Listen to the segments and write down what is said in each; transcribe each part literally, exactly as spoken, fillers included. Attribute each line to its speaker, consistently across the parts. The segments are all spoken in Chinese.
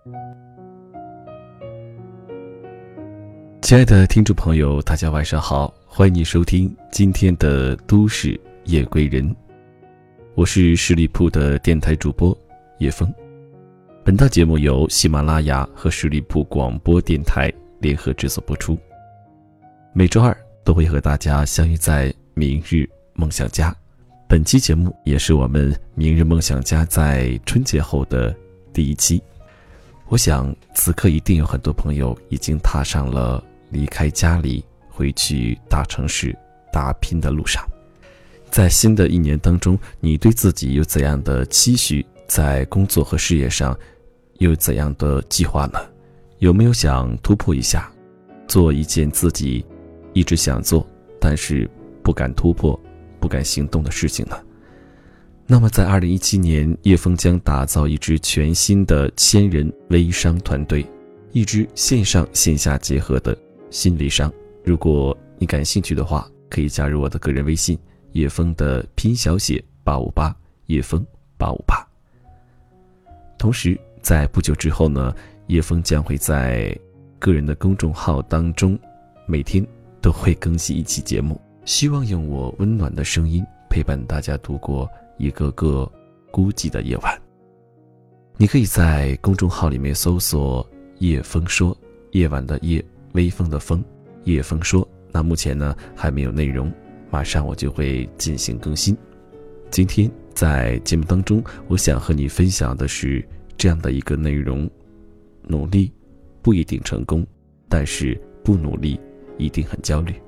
Speaker 1: 亲爱的听众朋友，大家晚上好，欢迎你收听今天的都市夜归人，我是十里铺的电台主播叶枫。本档节目由喜马拉雅和十里铺广播电台联合制作播出，每周二都会和大家相遇在明日梦想家。本期节目也是我们明日梦想家在春节后的第一期。我想此刻一定有很多朋友已经踏上了离开家里回去大城市打拼的路上。在新的一年当中，你对自己有怎样的期许？在工作和事业上有怎样的计划呢？有没有想突破一下，做一件自己一直想做但是不敢突破不敢行动的事情呢？那么在二零一七年，叶枫将打造一支全新的千人微商团队，一支线上线下结合的新微商。如果你感兴趣的话，可以加入我的个人微信叶枫的拼小写八五八，叶枫八五八。同时在不久之后呢，叶枫将会在个人的公众号当中每天都会更新一期节目，希望用我温暖的声音陪伴大家度过一个个孤寂的夜晚。你可以在公众号里面搜索叶枫说，夜晚的夜，微风的风，叶枫说。那目前呢还没有内容，马上我就会进行更新。今天在节目当中，我想和你分享的是这样的一个内容：努力不一定成功，但是不努力一定很焦虑。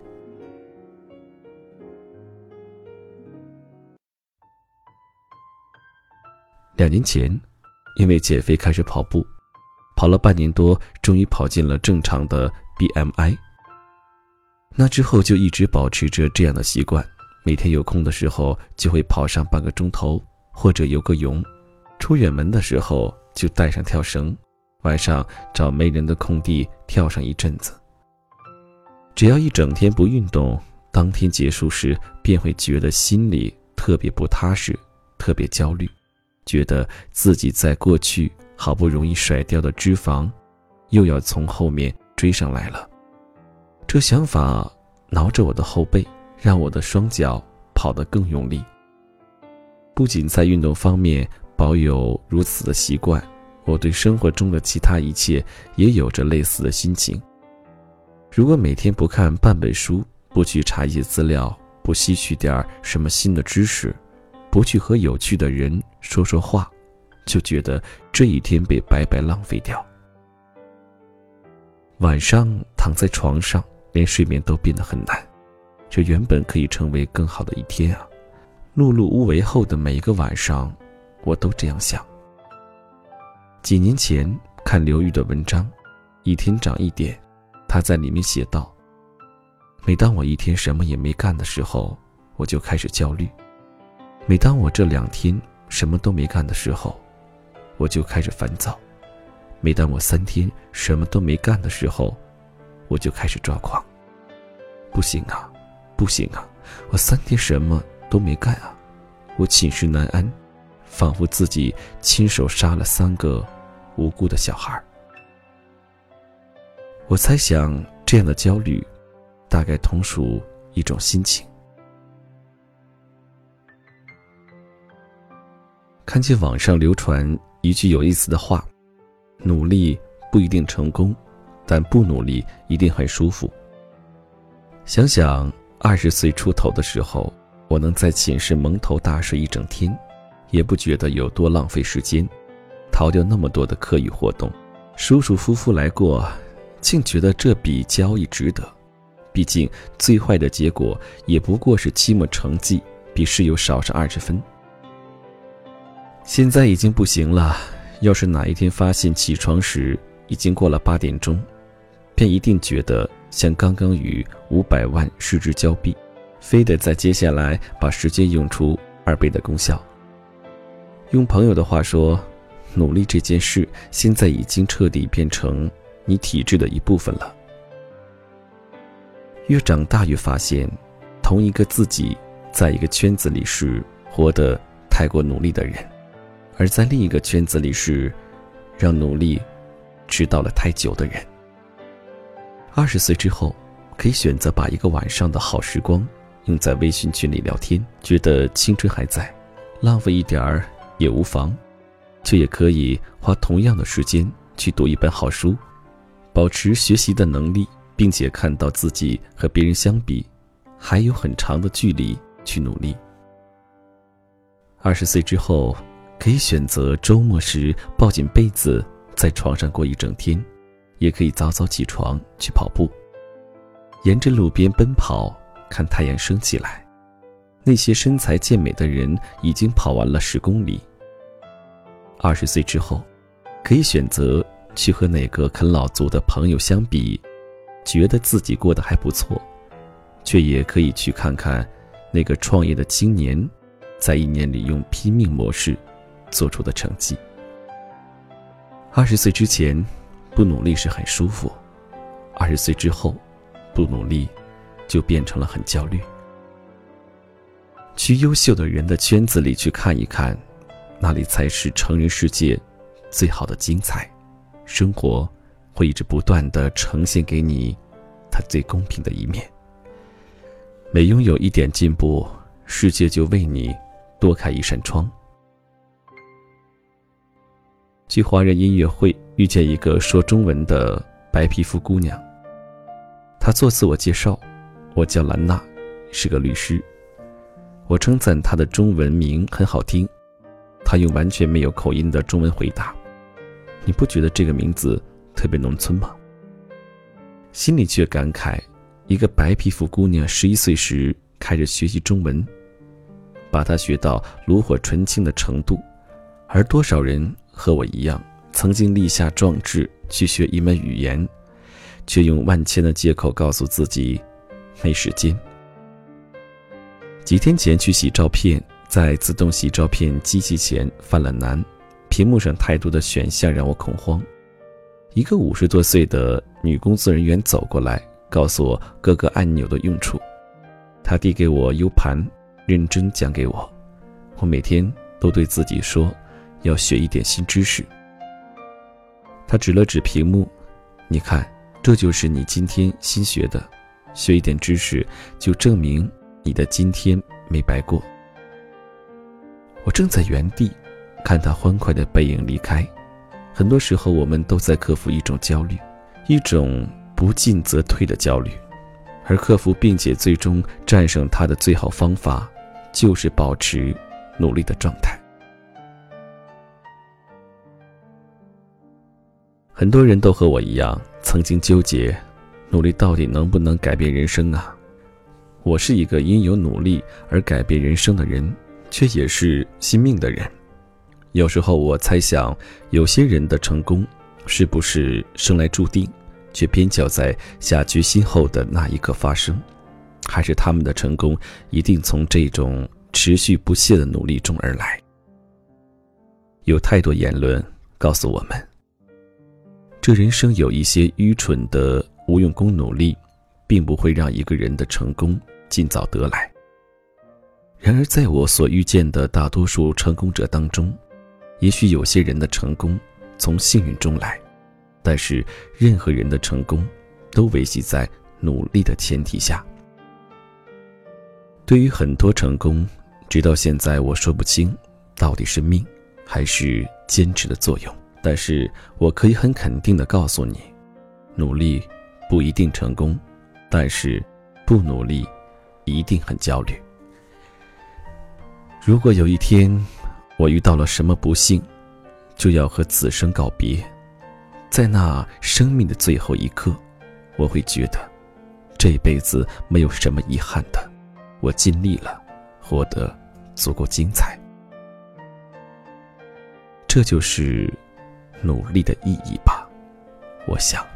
Speaker 1: 两年前，因为减肥开始跑步，跑了半年多，终于跑进了正常的 B M I。 那之后就一直保持着这样的习惯，每天有空的时候就会跑上半个钟头，或者游个泳，出远门的时候就带上跳绳，晚上找没人的空地跳上一阵子。只要一整天不运动，当天结束时便会觉得心里特别不踏实，特别焦虑，觉得自己在过去好不容易甩掉的脂肪又要从后面追上来了。这想法挠着我的后背，让我的双脚跑得更用力。不仅在运动方面保有如此的习惯，我对生活中的其他一切也有着类似的心情。如果每天不看半本书，不去查一些资料，不吸取点什么新的知识，不去和有趣的人说说话，就觉得这一天被白白浪费掉。晚上躺在床上，连睡眠都变得很难，这原本可以成为更好的一天啊！碌碌无为后的每一个晚上，我都这样想。几年前看刘玉的文章《一天长一点》，他在里面写道：每当我一天什么也没干的时候，我就开始焦虑；每当我这两天什么都没干的时候，我就开始烦躁；每当我三天什么都没干的时候，我就开始抓狂。不行啊，不行啊，我三天什么都没干啊，我寝食难安，仿佛自己亲手杀了三个无辜的小孩。我猜想这样的焦虑大概同属一种心情。看见网上流传一句有意思的话：努力不一定成功，但不努力一定很舒服。想想二十岁出头的时候，我能在寝室蒙头大睡一整天，也不觉得有多浪费时间，逃掉那么多的课余活动，舒舒服服来过，竟觉得这比交易值得。毕竟最坏的结果也不过是期末成绩比室友少上二十分。现在已经不行了，要是哪一天发现起床时已经过了八点钟，便一定觉得像刚刚与五百万失之交臂，非得在接下来把时间用出二倍的功效。用朋友的话说，努力这件事现在已经彻底变成你体质的一部分了。越长大越发现，同一个自己在一个圈子里是活得太过努力的人，而在另一个圈子里是让努力迟到了太久的人。二十岁之后，可以选择把一个晚上的好时光用在微信群里聊天，觉得青春还在，浪费一点儿也无妨，却也可以花同样的时间去读一本好书，保持学习的能力，并且看到自己和别人相比还有很长的距离去努力。二十岁之后，可以选择周末时抱紧被子在床上过一整天，也可以早早起床去跑步，沿着路边奔跑，看太阳升起来。那些身材健美的人已经跑完了十公里。二十岁之后，可以选择去和哪个啃老族的朋友相比，觉得自己过得还不错，却也可以去看看那个创业的青年在一年里用拼命模式做出的成绩。二十岁之前不努力是很舒服，二十岁之后不努力就变成了很焦虑。去优秀的人的圈子里去看一看，那里才是成人世界最好的精彩。生活会一直不断地呈现给你它最公平的一面。每拥有一点进步，世界就为你多开一扇窗。去华人音乐会遇见一个说中文的白皮肤姑娘，她做自我介绍，我叫兰娜，是个律师。我称赞她的中文名很好听，她用完全没有口音的中文回答，你不觉得这个名字特别农村吗？心里却感慨，一个白皮肤姑娘十一岁时开始学习中文，把她学到炉火纯青的程度，而多少人和我一样，曾经立下壮志去学一门语言，却用万千的借口告诉自己没时间。几天前去洗照片，在自动洗照片机器前犯了难，屏幕上太多的选项让我恐慌。一个五十多岁的女工作人员走过来，告诉我各个按钮的用处。她递给我 U 盘，认真讲给我。我每天都对自己说，要学一点新知识。她指了指屏幕，你看，这就是你今天新学的，学一点知识，就证明你的今天没白过。我正在原地看他欢快的背影离开。很多时候我们都在克服一种焦虑，一种不进则退的焦虑，而克服并且最终战胜它的最好方法，就是保持努力的状态。很多人都和我一样，曾经纠结努力到底能不能改变人生啊。我是一个因有努力而改变人生的人，却也是信命的人。有时候我猜想，有些人的成功是不是生来注定，却偏巧在下决心后的那一刻发生，还是他们的成功一定从这种持续不懈的努力中而来。有太多言论告诉我们，这人生有一些愚蠢的无用功努力，并不会让一个人的成功尽早得来。然而在我所遇见的大多数成功者当中，也许有些人的成功从幸运中来，但是任何人的成功都维系在努力的前提下。对于很多成功，直到现在我说不清到底是命还是坚持的作用，但是我可以很肯定地告诉你，努力不一定成功，但是不努力一定很焦虑。如果有一天我遇到了什么不幸，就要和此生告别，在那生命的最后一刻，我会觉得这辈子没有什么遗憾的，我尽力了，活得足够精彩。这就是努力的意义吧，我想。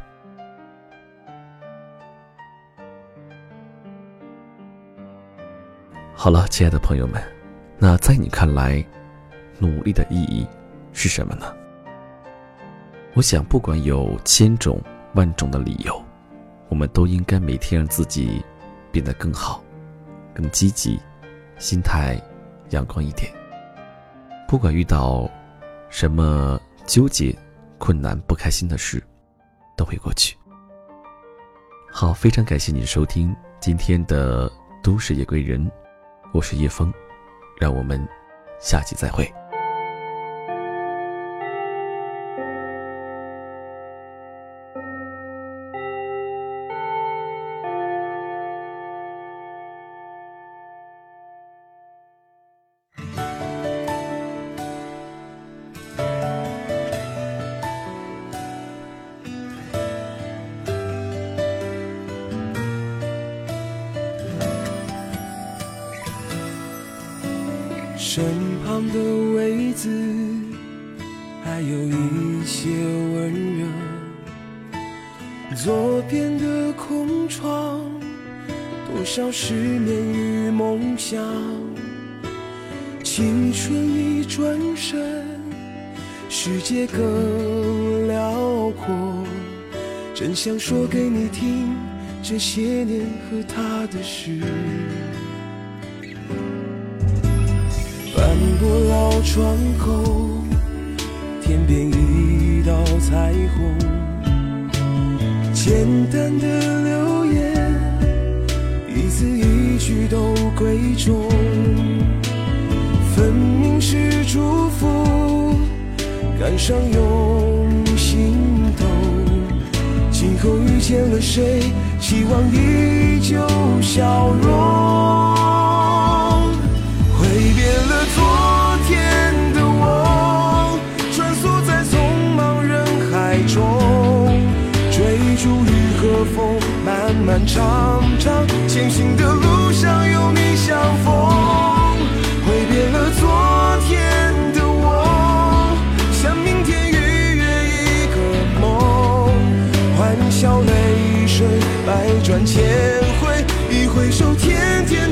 Speaker 1: 好了，亲爱的朋友们，那在你看来，努力的意义是什么呢？我想不管有千种万种的理由，我们都应该每天让自己变得更好，更积极，心态阳光一点。不管遇到什么纠结， 困难、不开心的事都会过去。好，非常感谢你收听今天的都市夜归人，我是叶枫，让我们下期再会。
Speaker 2: 身旁的位子还有一些温热，左边的空窗多少失眠与梦想，青春一转身，世界更辽阔，真想说给你听这些年和他的事。翻过老窗口，天边一道彩虹，简单的留言，一字一句都贵重，分明是祝福，感伤用心头。今后遇见了谁，希望依旧笑容。挥别了昨天的我，穿梭在匆忙人海中，追逐雨和风，漫漫长长，前行的路上有你相逢。挥别了昨天的我，向明天预约一个梦，欢笑泪水，百转千回，一回首，天天